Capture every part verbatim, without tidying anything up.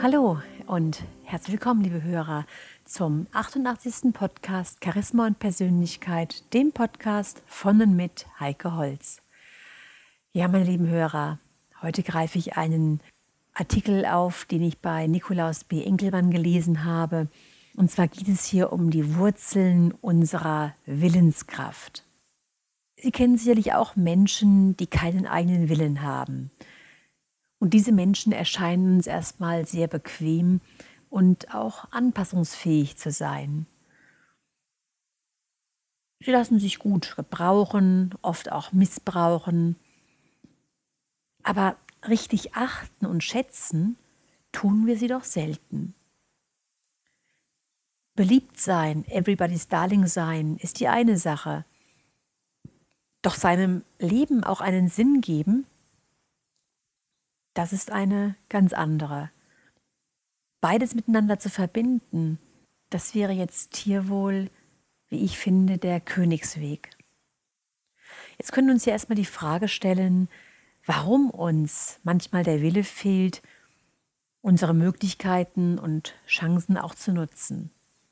Hallo und herzlich willkommen, liebe Hörer, zum achtundachtzigsten Podcast Charisma und Persönlichkeit, dem Podcast von und mit Heike Holz. Ja, meine lieben Hörer, heute greife ich einen Artikel auf, den ich bei Nikolaus B. Enkelmann gelesen habe. Und zwar geht es hier um die Wurzeln unserer Willenskraft. Sie kennen sicherlich auch Menschen, die keinen eigenen Willen haben. Und diese Menschen erscheinen uns erstmal sehr bequem und auch anpassungsfähig zu sein. Sie lassen sich gut gebrauchen, oft auch missbrauchen. Aber richtig achten und schätzen tun wir sie doch selten. Beliebt sein, everybody's darling sein, ist die eine Sache. Doch seinem Leben auch einen Sinn geben, das ist eine ganz andere. Beides miteinander zu verbinden, das wäre jetzt hier wohl, wie ich finde, der Königsweg. Jetzt können wir uns ja erstmal die Frage stellen, warum uns manchmal der Wille fehlt, unsere Möglichkeiten und Chancen auch zu nutzen.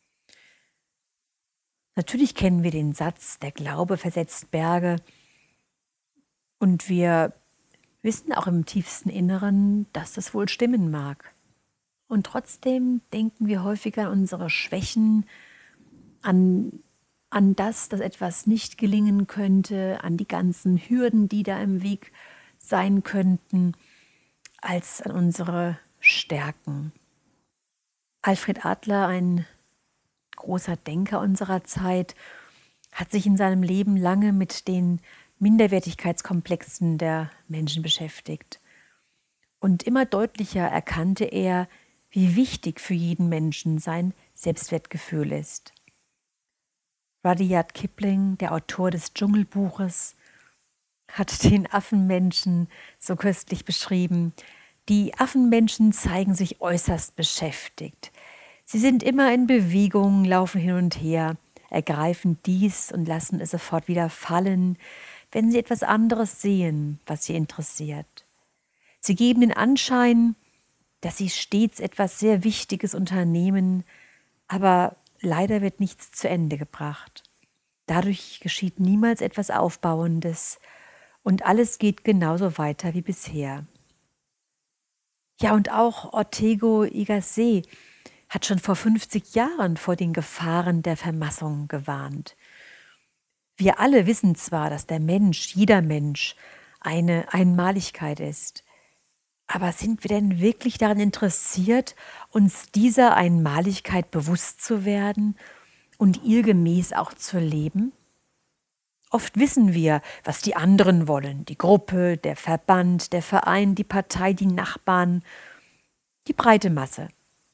Natürlich kennen wir den Satz, der Glaube versetzt Berge, und wir wissen auch im tiefsten Inneren, dass das wohl stimmen mag. Und trotzdem denken wir häufig an unsere Schwächen, an, an das, dass etwas nicht gelingen könnte, an die ganzen Hürden, die da im Weg sein könnten, als an unsere Stärken. Alfred Adler, ein großer Denker unserer Zeit, hat sich in seinem Leben lange mit den Minderwertigkeitskomplexen der Menschen beschäftigt. Und immer deutlicher erkannte er, wie wichtig für jeden Menschen sein Selbstwertgefühl ist. Rudyard Kipling, der Autor des Dschungelbuches, hat den Affenmenschen so köstlich beschrieben: Die Affenmenschen zeigen sich äußerst beschäftigt. Sie sind immer in Bewegung, laufen hin und her, ergreifen dies und lassen es sofort wieder fallen, wenn sie etwas anderes sehen, was sie interessiert. Sie geben den Anschein, dass sie stets etwas sehr Wichtiges unternehmen, aber leider wird nichts zu Ende gebracht. Dadurch geschieht niemals etwas Aufbauendes und alles geht genauso weiter wie bisher. Ja, und auch Ortega y Gasset hat schon vor fünfzig Jahren vor den Gefahren der Vermassung gewarnt. Wir alle wissen zwar, dass der Mensch, jeder Mensch, eine Einmaligkeit ist. Aber sind wir denn wirklich daran interessiert, uns dieser Einmaligkeit bewusst zu werden und ihr gemäß auch zu leben? Oft wissen wir, was die anderen wollen, die Gruppe, der Verband, der Verein, die Partei, die Nachbarn, die breite Masse.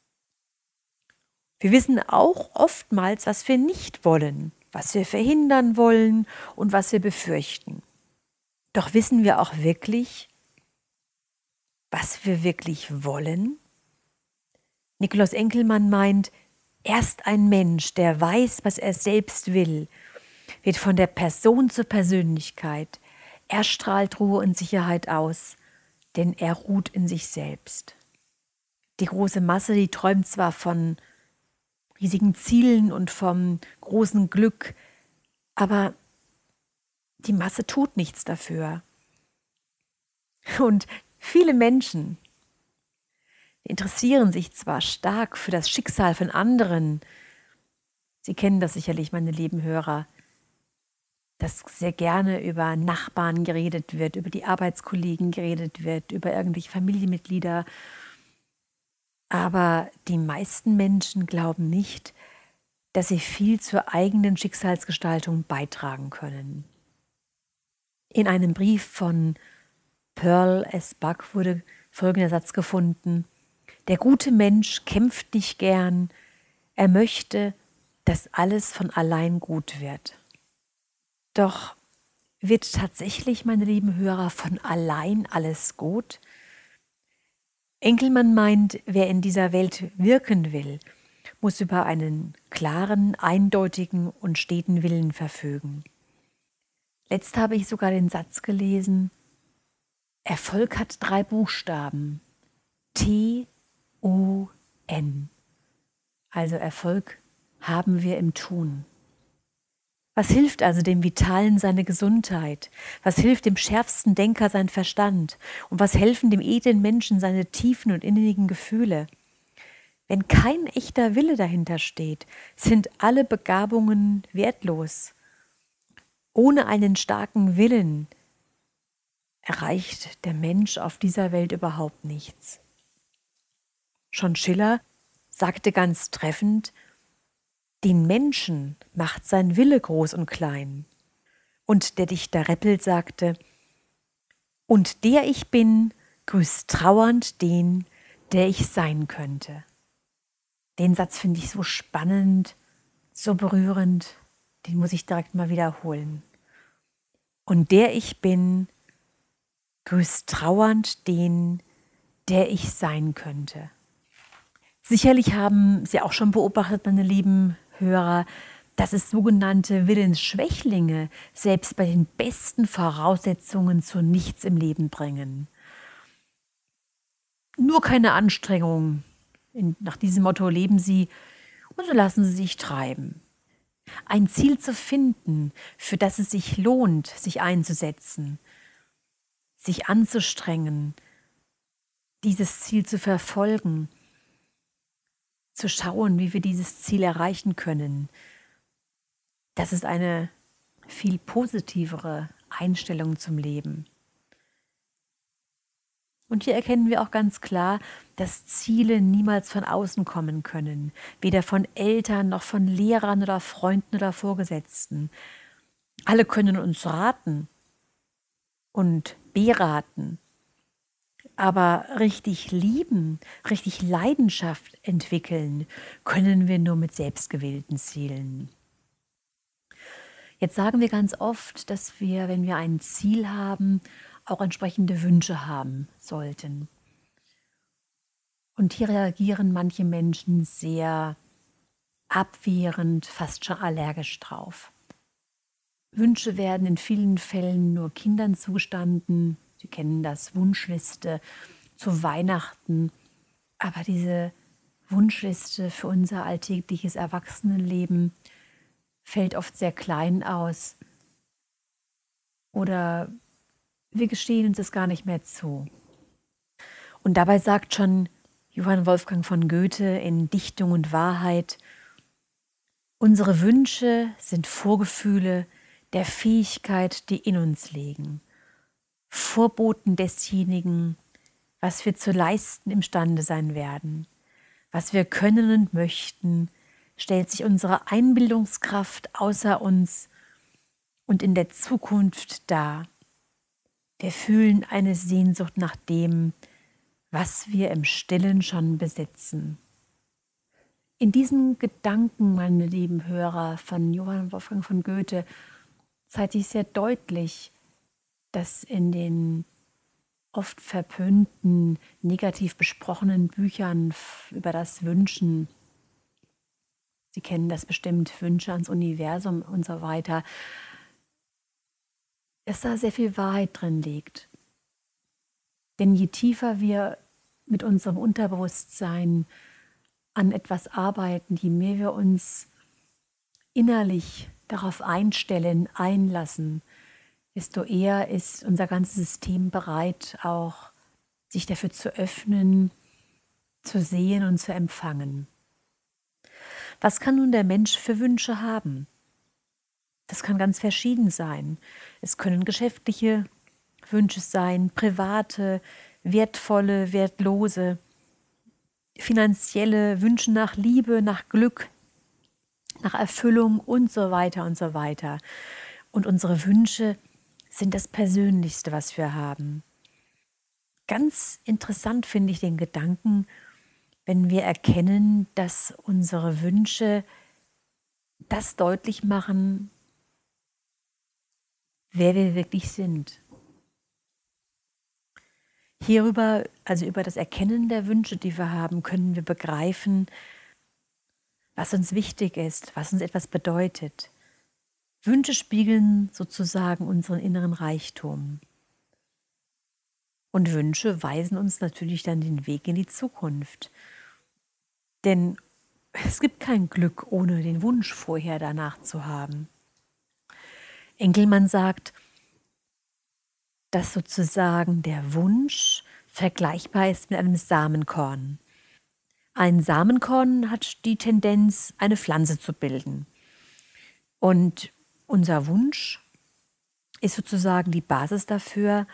Wir wissen auch oftmals, was wir nicht wollen, was wir verhindern wollen und was wir befürchten. Doch wissen wir auch wirklich, was wir wirklich wollen? Nikolaus Enkelmann meint, erst ein Mensch, der weiß, was er selbst will, wird von der Person zur Persönlichkeit. Er strahlt Ruhe und Sicherheit aus, denn er ruht in sich selbst. Die große Masse, die träumt zwar von riesigen Zielen und vom großen Glück, aber die Masse tut nichts dafür. Und viele Menschen interessieren sich zwar stark für das Schicksal von anderen, Sie kennen das sicherlich, meine lieben Hörer, dass sehr gerne über Nachbarn geredet wird, über die Arbeitskollegen geredet wird, über irgendwelche Familienmitglieder. Aber die meisten Menschen glauben nicht, dass sie viel zur eigenen Schicksalsgestaltung beitragen können. In einem Brief von Pearl S. Buck wurde folgender Satz gefunden: Der gute Mensch kämpft nicht gern, er möchte, dass alles von allein gut wird. Doch wird tatsächlich, meine lieben Hörer, von allein alles gut? Enkelmann meint, wer in dieser Welt wirken will, muss über einen klaren, eindeutigen und steten Willen verfügen. Letzt habe ich sogar den Satz gelesen: Erfolg hat drei Buchstaben: T, O N. Also Erfolg haben wir im Tun. Was hilft also dem Vitalen seine Gesundheit? Was hilft dem schärfsten Denker sein Verstand? Und was helfen dem edlen Menschen seine tiefen und innigen Gefühle? Wenn kein echter Wille dahinter steht, sind alle Begabungen wertlos. Ohne einen starken Willen erreicht der Mensch auf dieser Welt überhaupt nichts. Schon Schiller sagte ganz treffend, den Menschen macht sein Wille groß und klein. Und der Dichter Reppel sagte, und der ich bin, grüßt trauernd den, der ich sein könnte. Den Satz finde ich so spannend, so berührend, den muss ich direkt mal wiederholen. Und der ich bin, grüßt trauernd den, der ich sein könnte. Sicherlich haben Sie auch schon beobachtet, meine lieben Hörer, dass es sogenannte Willensschwächlinge selbst bei den besten Voraussetzungen zu nichts im Leben bringen. Nur keine Anstrengung. In, nach diesem Motto leben sie und so lassen sie sich treiben. Ein Ziel zu finden, für das es sich lohnt, sich einzusetzen, sich anzustrengen, dieses Ziel zu verfolgen, zu schauen, wie wir dieses Ziel erreichen können. Das ist eine viel positivere Einstellung zum Leben. Und hier erkennen wir auch ganz klar, dass Ziele niemals von außen kommen können, weder von Eltern noch von Lehrern oder Freunden oder Vorgesetzten. Alle können uns raten und beraten, aber richtig lieben, richtig Leidenschaft entwickeln können wir nur mit selbstgewählten Zielen. Jetzt sagen wir ganz oft, dass wir, wenn wir ein Ziel haben, auch entsprechende Wünsche haben sollten. Und hier reagieren manche Menschen sehr abwehrend, fast schon allergisch drauf. Wünsche werden in vielen Fällen nur Kindern zugestanden. Sie kennen das, Wunschliste zu Weihnachten. Aber diese Wunschliste für unser alltägliches Erwachsenenleben fällt oft sehr klein aus. Oder wir gestehen uns das gar nicht mehr zu. Und dabei sagt schon Johann Wolfgang von Goethe in Dichtung und Wahrheit, unsere Wünsche sind Vorgefühle der Fähigkeit, die in uns liegen, Vorboten desjenigen, was wir zu leisten imstande sein werden, was wir können und möchten, stellt sich unsere Einbildungskraft außer uns und in der Zukunft dar. Wir fühlen eine Sehnsucht nach dem, was wir im Stillen schon besitzen. In diesen Gedanken, meine lieben Hörer, von Johann Wolfgang von Goethe, zeigt sich sehr deutlich, dass in den oft verpönten, negativ besprochenen Büchern über das Wünschen, Sie kennen das bestimmt, Wünsche ans Universum und so weiter, dass da sehr viel Wahrheit drin liegt. Denn je tiefer wir mit unserem Unterbewusstsein an etwas arbeiten, je mehr wir uns innerlich darauf einstellen, einlassen, desto eher ist unser ganzes System bereit, auch sich dafür zu öffnen, zu sehen und zu empfangen. Was kann nun der Mensch für Wünsche haben? Das kann ganz verschieden sein. Es können geschäftliche Wünsche sein, private, wertvolle, wertlose, finanzielle Wünsche nach Liebe, nach Glück, nach Erfüllung und so weiter und so weiter. Und unsere Wünsche sind das Persönlichste, was wir haben. Ganz interessant finde ich den Gedanken, wenn wir erkennen, dass unsere Wünsche das deutlich machen, wer wir wirklich sind. Hierüber, also über das Erkennen der Wünsche, die wir haben, können wir begreifen, was uns wichtig ist, was uns etwas bedeutet. Wünsche spiegeln sozusagen unseren inneren Reichtum. Und Wünsche weisen uns natürlich dann den Weg in die Zukunft. Denn es gibt kein Glück, ohne den Wunsch vorher danach zu haben. Engelmann sagt, dass sozusagen der Wunsch vergleichbar ist mit einem Samenkorn. Ein Samenkorn hat die Tendenz, eine Pflanze zu bilden. Und unser Wunsch ist sozusagen die Basis dafür,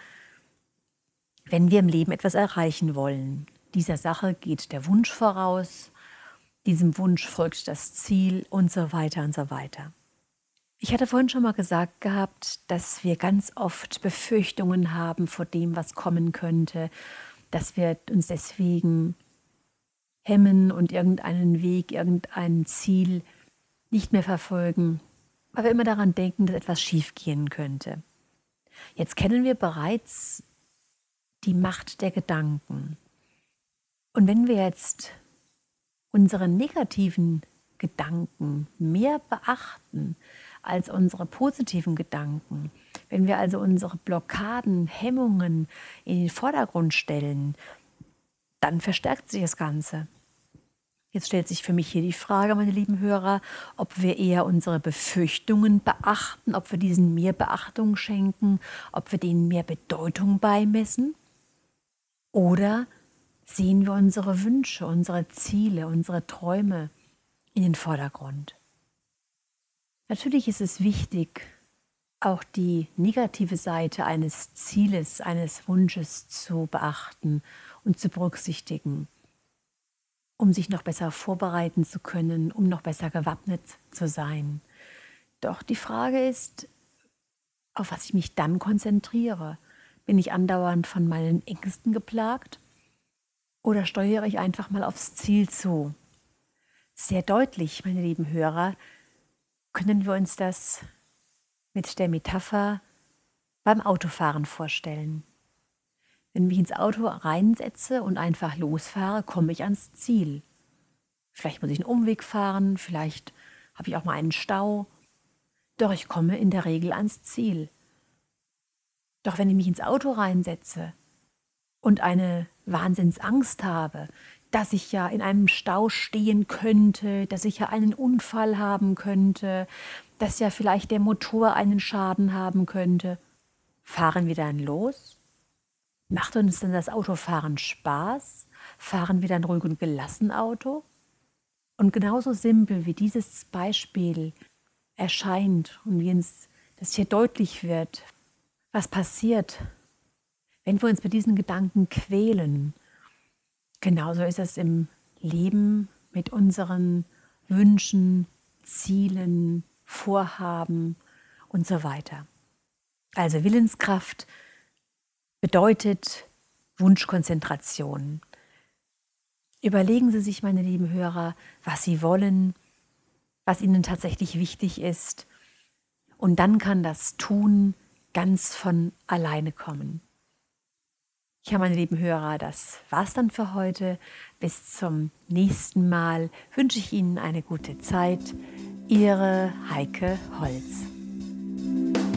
wenn wir im Leben etwas erreichen wollen. Dieser Sache geht der Wunsch voraus, diesem Wunsch folgt das Ziel und so weiter und so weiter. Ich hatte vorhin schon mal gesagt gehabt, dass wir ganz oft Befürchtungen haben vor dem, was kommen könnte, dass wir uns deswegen hemmen und irgendeinen Weg, irgendein Ziel nicht mehr verfolgen, weil wir immer daran denken, dass etwas schiefgehen könnte. Jetzt kennen wir bereits die Macht der Gedanken. Und wenn wir jetzt unsere negativen Gedanken mehr beachten als unsere positiven Gedanken, wenn wir also unsere Blockaden, Hemmungen in den Vordergrund stellen, dann verstärkt sich das Ganze. Jetzt stellt sich für mich hier die Frage, meine lieben Hörer, ob wir eher unsere Befürchtungen beachten, ob wir diesen mehr Beachtung schenken, ob wir denen mehr Bedeutung beimessen, oder sehen wir unsere Wünsche, unsere Ziele, unsere Träume in den Vordergrund. Natürlich ist es wichtig, auch die negative Seite eines Zieles, eines Wunsches zu beachten und zu berücksichtigen, um sich noch besser vorbereiten zu können, um noch besser gewappnet zu sein. Doch die Frage ist, auf was ich mich dann konzentriere. Bin ich andauernd von meinen Ängsten geplagt oder steuere ich einfach mal aufs Ziel zu? Sehr deutlich, meine lieben Hörer, können wir uns das mit der Metapher beim Autofahren vorstellen. Wenn ich mich ins Auto reinsetze und einfach losfahre, komme ich ans Ziel. Vielleicht muss ich einen Umweg fahren, vielleicht habe ich auch mal einen Stau, doch ich komme in der Regel ans Ziel. Doch wenn ich mich ins Auto reinsetze und eine Wahnsinnsangst habe, dass ich ja in einem Stau stehen könnte, dass ich ja einen Unfall haben könnte, dass ja vielleicht der Motor einen Schaden haben könnte, fahren wir dann los? Macht uns denn das Autofahren Spaß? Fahren wir dann ruhig und gelassen Auto? Und genauso simpel wie dieses Beispiel erscheint und wie uns das hier deutlich wird, was passiert, wenn wir uns mit diesen Gedanken quälen. Genauso ist es im Leben mit unseren Wünschen, Zielen, Vorhaben und so weiter. Also Willenskraft bedeutet Wunschkonzentration. Überlegen Sie sich, meine lieben Hörer, was Sie wollen, was Ihnen tatsächlich wichtig ist. Und dann kann das Tun ganz von alleine kommen. Ja, meine lieben Hörer, das war's dann für heute. Bis zum nächsten Mal wünsche ich Ihnen eine gute Zeit. Ihre Heike Holz.